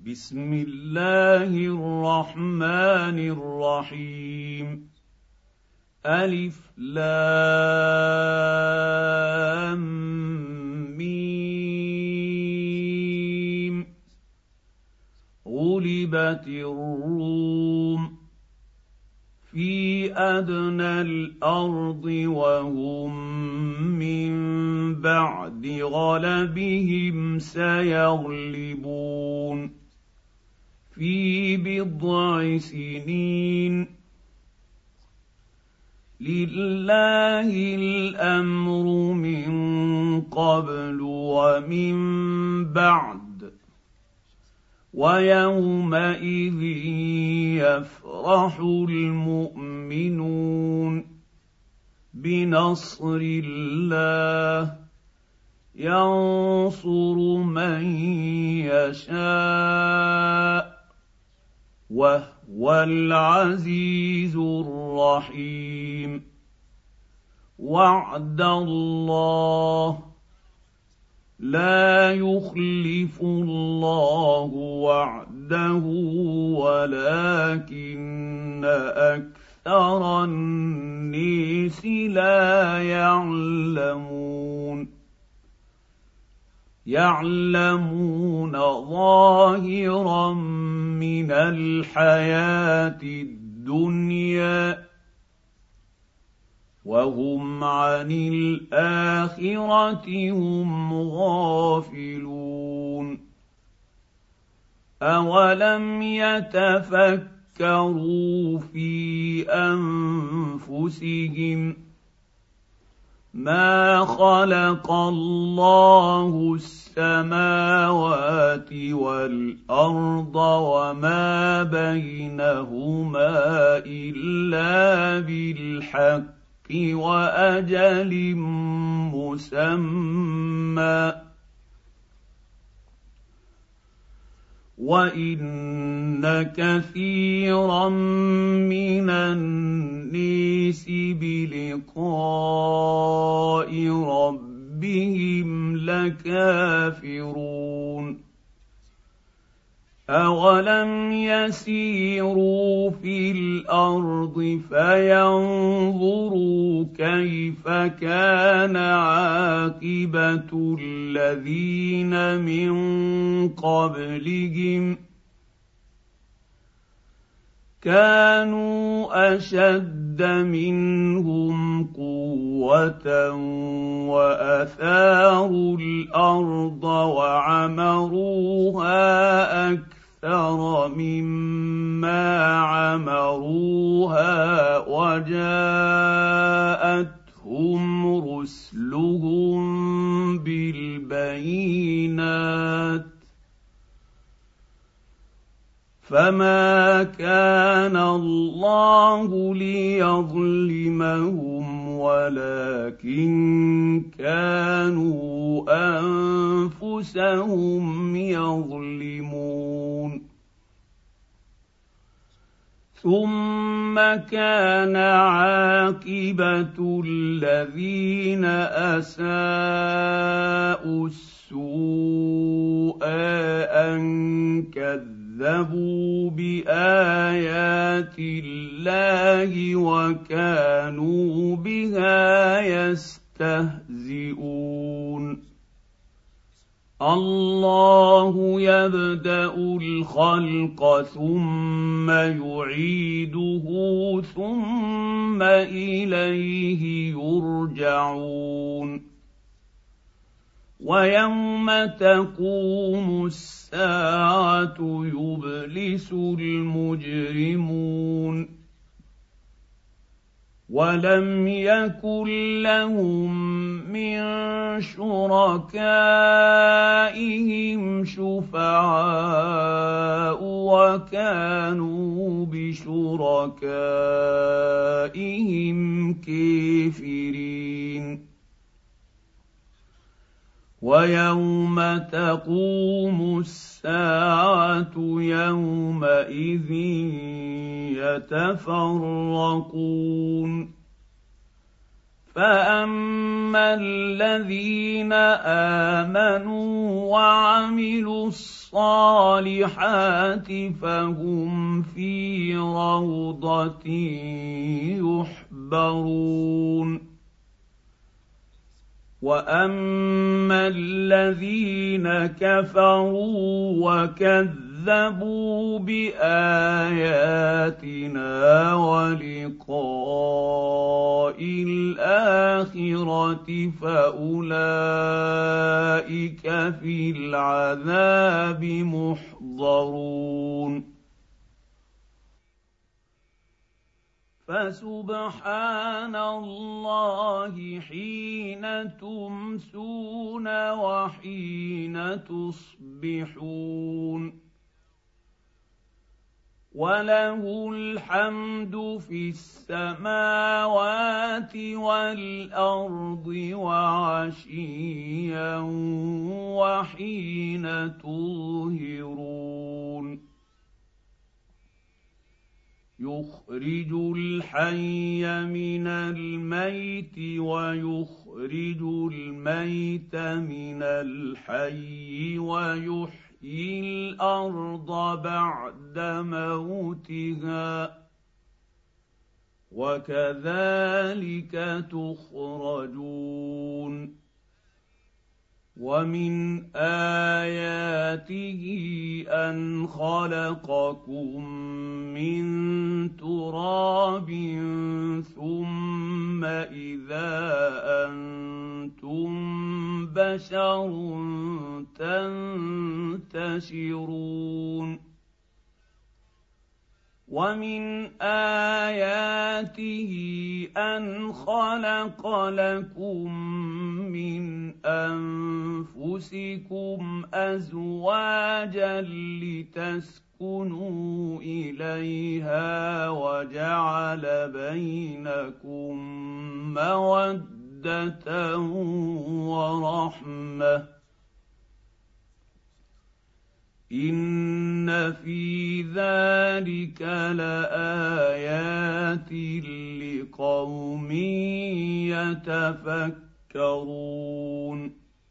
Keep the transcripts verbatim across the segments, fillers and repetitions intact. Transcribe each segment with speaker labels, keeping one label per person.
Speaker 1: بسم الله الرحمن الرحيم ألف لام ميم غلبت الروم في أدنى الأرض وهم من بعد غلبهم سيغلبون في بضع سنين لله الأمر من قبل ومن بعد ويومئذ يفرح المؤمنون بنصر الله ينصر من يشاء وهو العزيز الرحيم وعد الله لا يخلف الله وعده ولكن أكثر الناس لا يعلمون يعلمون ظاهرا من الحياة الدنيا وهم عن الآخرة هم غافلون أولم يتفكروا في أنفسهم ما خلق الله السماوات والأرض وما بينهما إلا بالحق وأجل مسمى وإن كثيرا من الناس بلقاء ربهم لكافرون أولم يسيروا في الأرض فينظروا كيف كان عاقبة الذين من قبلهم كانوا أشد منهم قوة وأثاروا الأرض وعمروها أكثر مما عمروها وجاءتهم رسلهم بالبينات فما كان الله ليظلمهم ولكن كانوا أنفسهم يظلمون ثم كان عاقبة الذين أساءوا السوء أن كذبوا كذبوا بآيات الله وكانوا بها يستهزئون الله يبدأ الخلق ثم يعيده ثم إليه يرجعون ويوم تقوم الساعة يبلس المجرمون ولم يكن لهم من شركائهم شفعاء وكانوا بشركائهم كافرين ويوم تقوم الساعة يومئذ يتفرقون فاما الذين امنوا وعملوا الصالحات فهم في روضه يحبرون واما الذين كفروا وكذبوا باياتنا ولقاء الاخره فاولئك في العذاب محضرون فسبحان الله حين تمسون وحين تصبحون وله الحمد في السماوات والارض وعشيا وحين تظهرون يخرج الحي من الميت ويخرج الميت من الحي ويحيي الارض بعد موتها وكذلك تخرجون ومن آياته أن خلقكم من تراب ثم إذا أنتم بشر تنتشرون ومن آياته أن خلق لكم من أنفسكم أزواجا لتسكنوا إليها وجعل بينكم مودة ورحمة إن في ذلك لآيات لقوم يتفكرون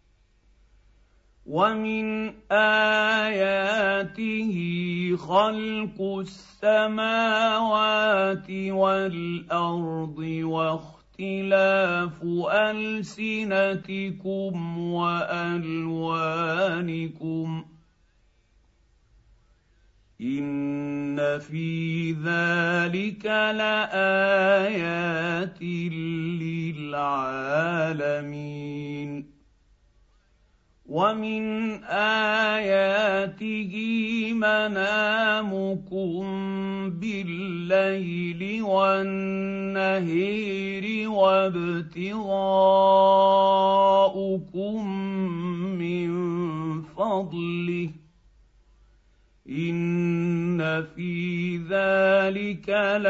Speaker 1: ومن آياته خلق السماوات والأرض واختلاف ألسنتكم وألوانكم إن في ذلك لآيات للعالمين ومن آياته منامكم بالليل والنهار وابتغاؤكم من فضله إن في ذلك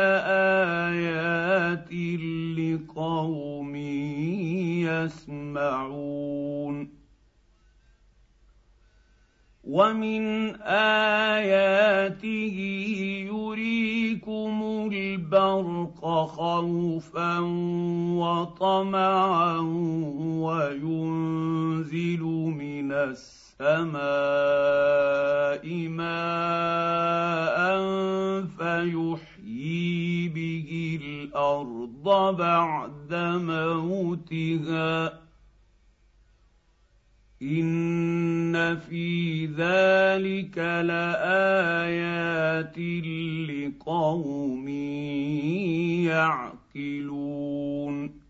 Speaker 1: لآيات لقوم يسمعون ومن آياته يريكم البرق خوفا وطمعا وينزل من السماء ماء فيحيي به الأرض بعد موتها إن في ذلك لآيات لقوم يعقلون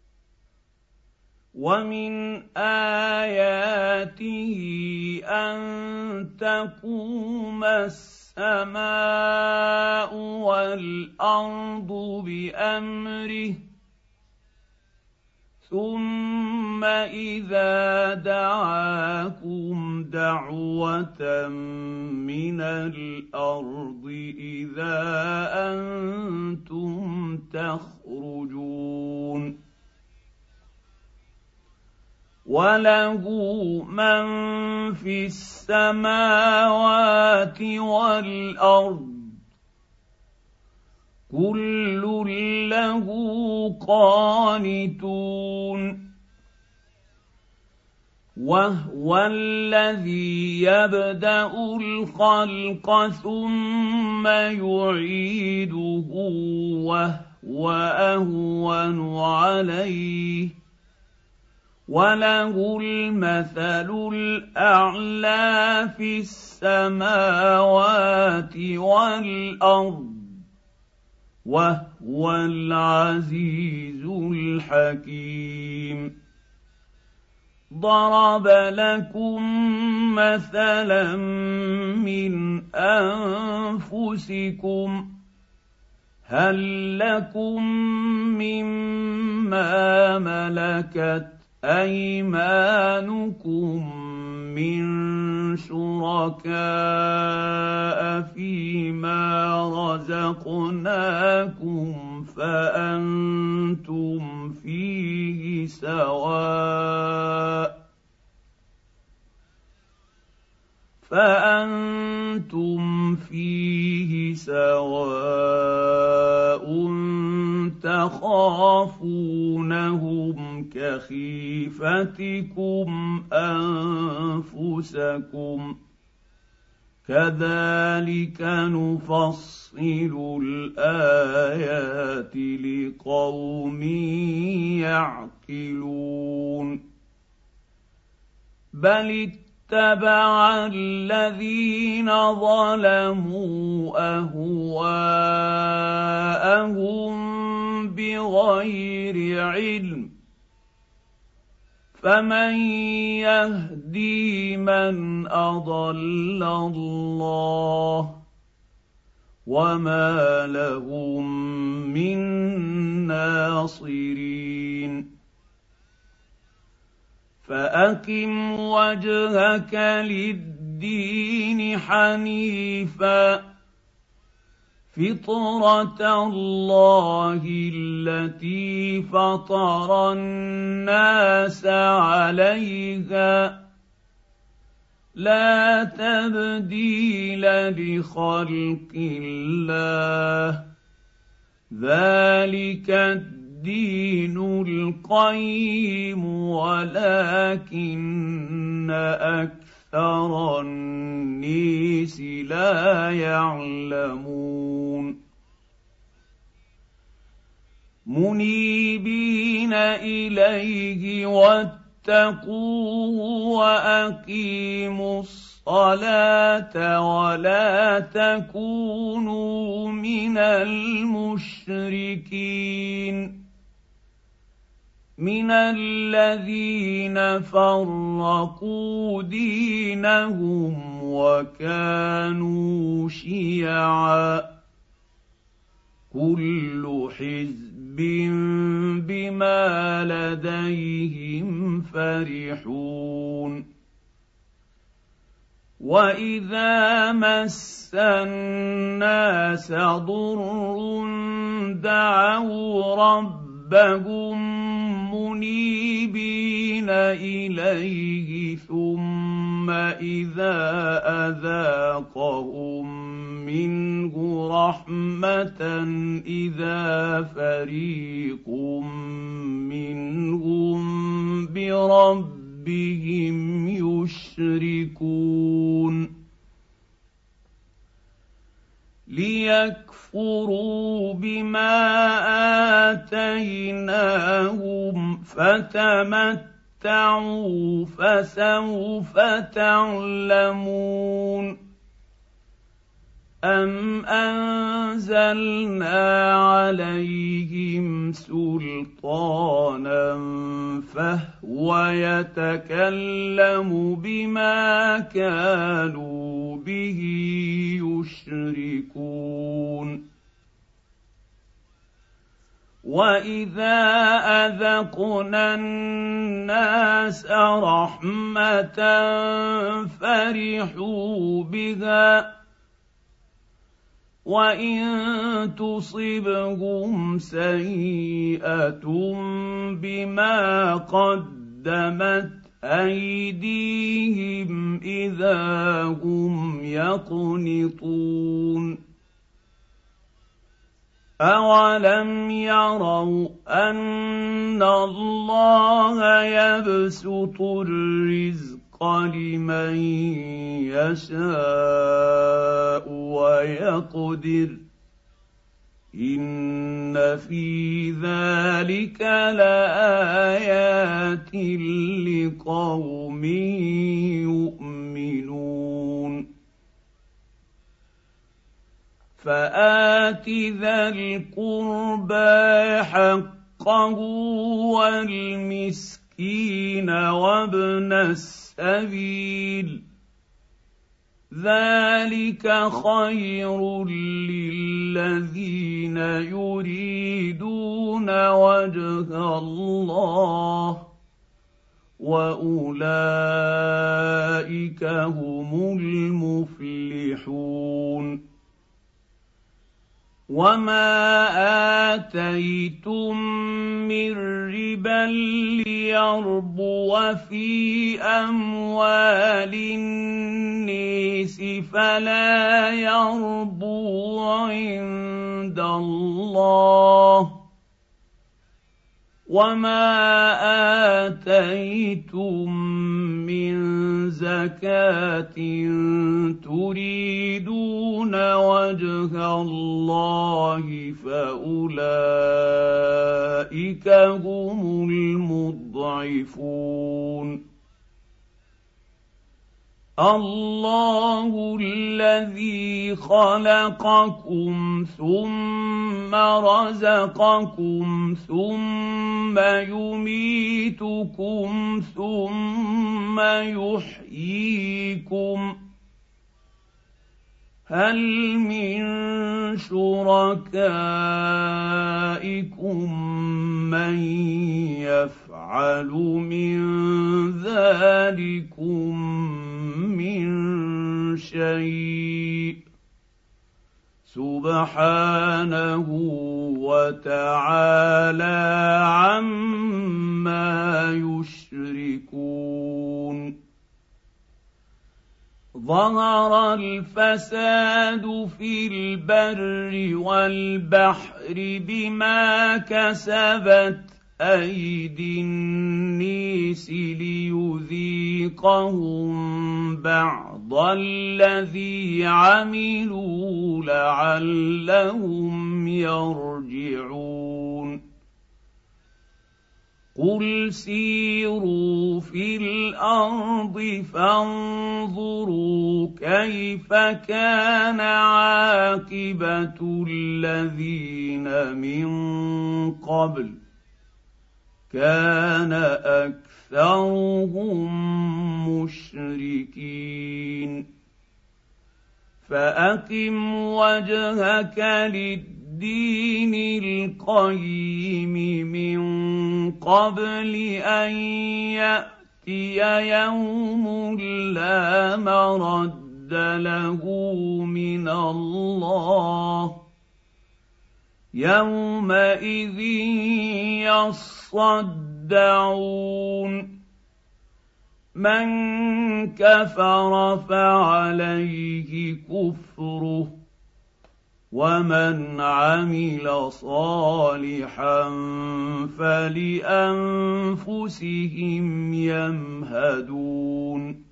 Speaker 1: ومن آياته أن تقوم السماء والأرض بأمره ثم إذا دعاكم دعوة من الأرض إذا أنتم تخرجون وله من في السماوات والأرض كل له قانتون وهو الذي يبدأ الخلق ثم يعيده وهو أهون عليه وله المثل الأعلى في السماوات والأرض وهو العزيز الحكيم ضرب لكم مثلا من أنفسكم هل لكم مما ملكت أيمانكم من شركاء فيما رزقناكم فأنتم فيه سواء فأنتم فيه سواء تخافونهم كخيفتكم أنفسكم كذلك نفصل الآيات لقوم يعقلون بل اتبع الذين ظلموا أهواءهم بغير علم فمن يهدي من أضل الله وما لهم من ناصرين فأقم وجهك للدين حنيفا فطرة الله التي فطر الناس عليها لا تبديل لخلق الله ذلك الدين القيم ولكن أكثر الناس لا يعلمون منيبين إليه واتقوه وأقيموا الصلاة ولا تكونوا من المشركين من الذين فرقوا دينهم وكانوا شيعا كل حزب بما لديهم فرحون وإذا مس الناس ضر دعوا ربهم منيبين إليه ثم إذا أذاقهم منه رحمة إذا فريق منهم بربهم يشركون ليكفروا بما آتيناهم فتمتعوا فسوف تعلمون أم أنزلنا عليهم سلطانا فهو يتكلم بما كانوا به يشركون وإذا أذقنا الناس رحمة فرحوا بها وإن تصبهم سيئة بما قدمت أيديهم إذا هم يقنطون أولم يروا أن الله يبسط الرزق لمن يشاء ويقدر إن في ذلك لآيات لقوم يؤمنون فآت ذا القربى حقه والمسكين وابن السبيل ذلك خير للذين يريدون وجه الله وأولئك هم المفلحون وما آتيتم من ربا ليربو في أموال الناس فلا يربو عند الله وما آتيتم من زكاة تريدون وجه الله فأولئك هم المضعفون الله الذي خلقكم ثم رزقكم ثم يميتكم ثم يحييكم هل من شركائكم من يفعل من ذلكم من شيء سبحانه وتعالى عما يشركون ظهر الفساد في البر والبحر بما كسبت أيدي الناس ليذيقهم بعض الذي عملوا لعلهم يرجعون قل سيروا في الأرض فانظروا كيف كان عاقبة الذين من قبل كان أكثرهم مشركين فأقم وجهك للدين القيم من قبل أن يأتي يوم لا مرد له من الله يومئذ يصدعون من كفر فعليه كفره ومن عمل صالحا فلأنفسهم يمهدون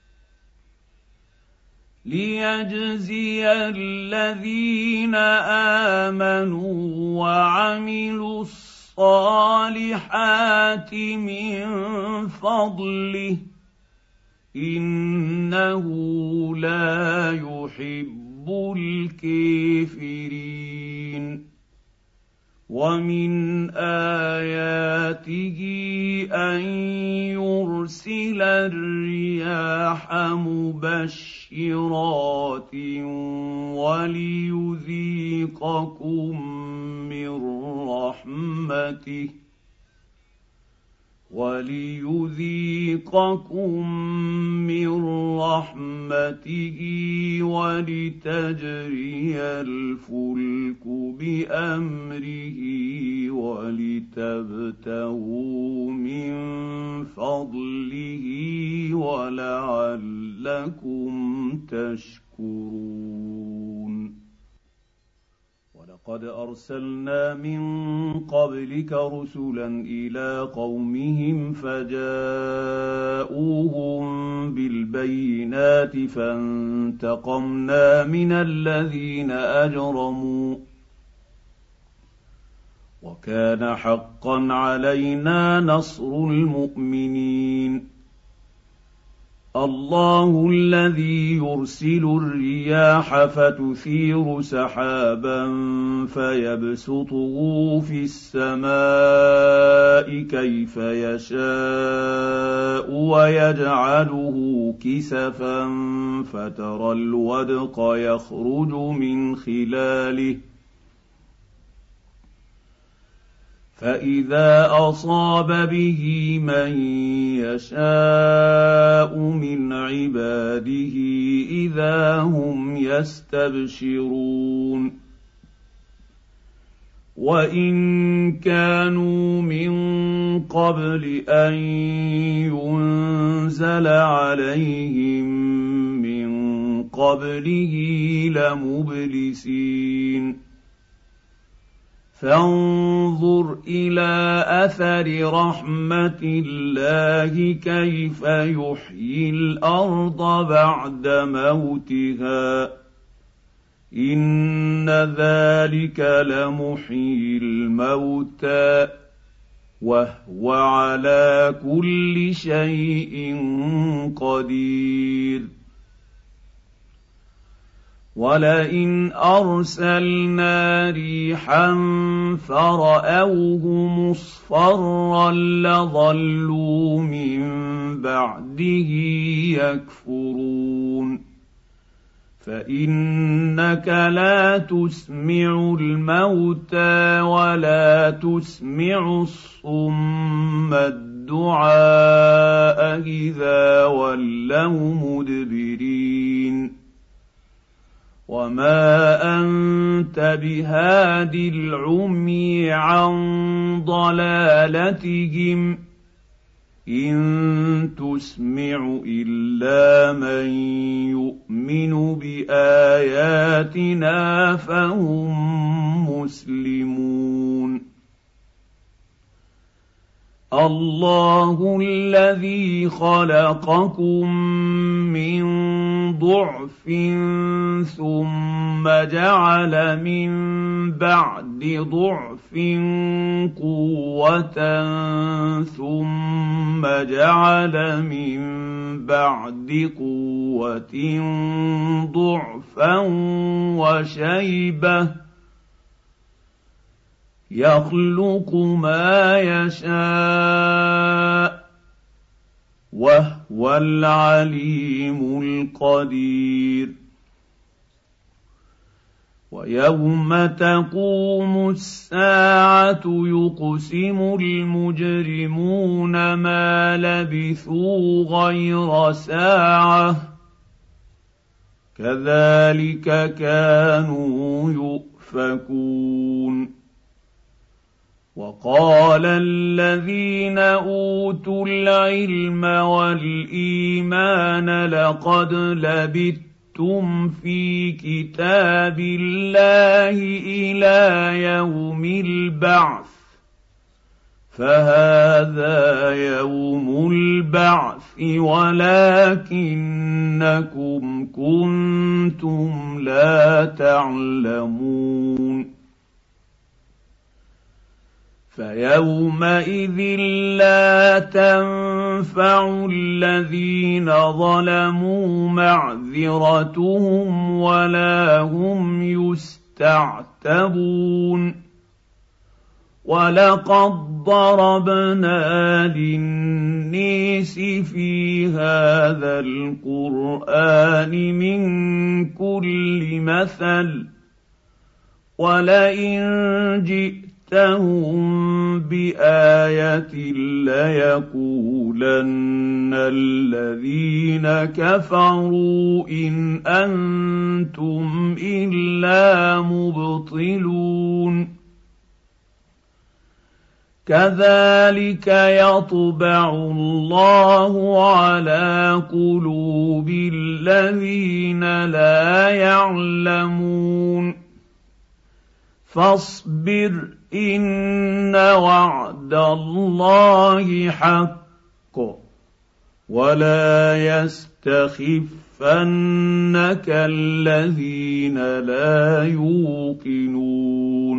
Speaker 1: ليجزي الذين آمنوا وعملوا الصالحات من فضله إنه لا يحب الكافرين ومن آياته أن يرسل الرياح مبشرات وليذيقكم من رحمته وليذيقكم من رحمته ولتجري الفلك بأمره ولتبتغوا من فضله ولعلكم تشكرون ولقد أرسلنا من قبلك رسلا إلى قومهم فجاءوهم بالبينات فانتقمنا من الذين أجرموا وكان حقا علينا نصر المؤمنين. الله الذي يرسل الرياح فتثير سحابا فيبسطه في السماء كيف يشاء ويجعله كسفا فترى الودق يخرج من خلاله فإذا أصاب به من يشاء من عباده إذا هم يستبشرون. وإن كانوا من قبل أن ينزل عليهم من قبله لمبلسين. فانظر إلى أثر رحمة الله كيف يحيي الأرض بعد موتها إن ذلك لمحيي الموتى وهو على كل شيء قدير. ولئن أرسلنا ريحا فرأوه مصفرا لظلوا من بعده يكفرون. فإنك لا تسمع الموتى ولا تسمع الصم الدعاء إذا ولوا مدبرين. وما أنت بهاد العمي عن ضلالتهم إن تسمع إلا من يؤمن بآياتنا فهم مسلمون. الله الذي خلقكم من ضعف ثم جعل من بعد ضعف قوة ثم جعل من بعد قوة ضعفا وشيبة يخلق ما يشاء وهو العليم القدير. ويوم تقوم الساعة يقسم المجرمون ما لبثوا غير ساعة كذلك كانوا يؤفكون. وقال الذين أوتوا العلم والإيمان لقد لبثتم في كتاب الله إلى يوم البعث فهذا يوم البعث ولكنكم كنتم لا تعلمون. فيومئذ لا تنفع الذين ظلموا معذرتهم ولا هم يستعتبون. ولقد ضربنا للناس في هذا القرآن من كل مثل ولئن جئت جئتهم بآية ليقولن الذين كفروا إن أنتم إلا مبطلون. كذلك يطبع الله على قلوب الذين لا يعلمون فاصبر إن وعد الله حق ولا يستخفنك الذين لا يوقنون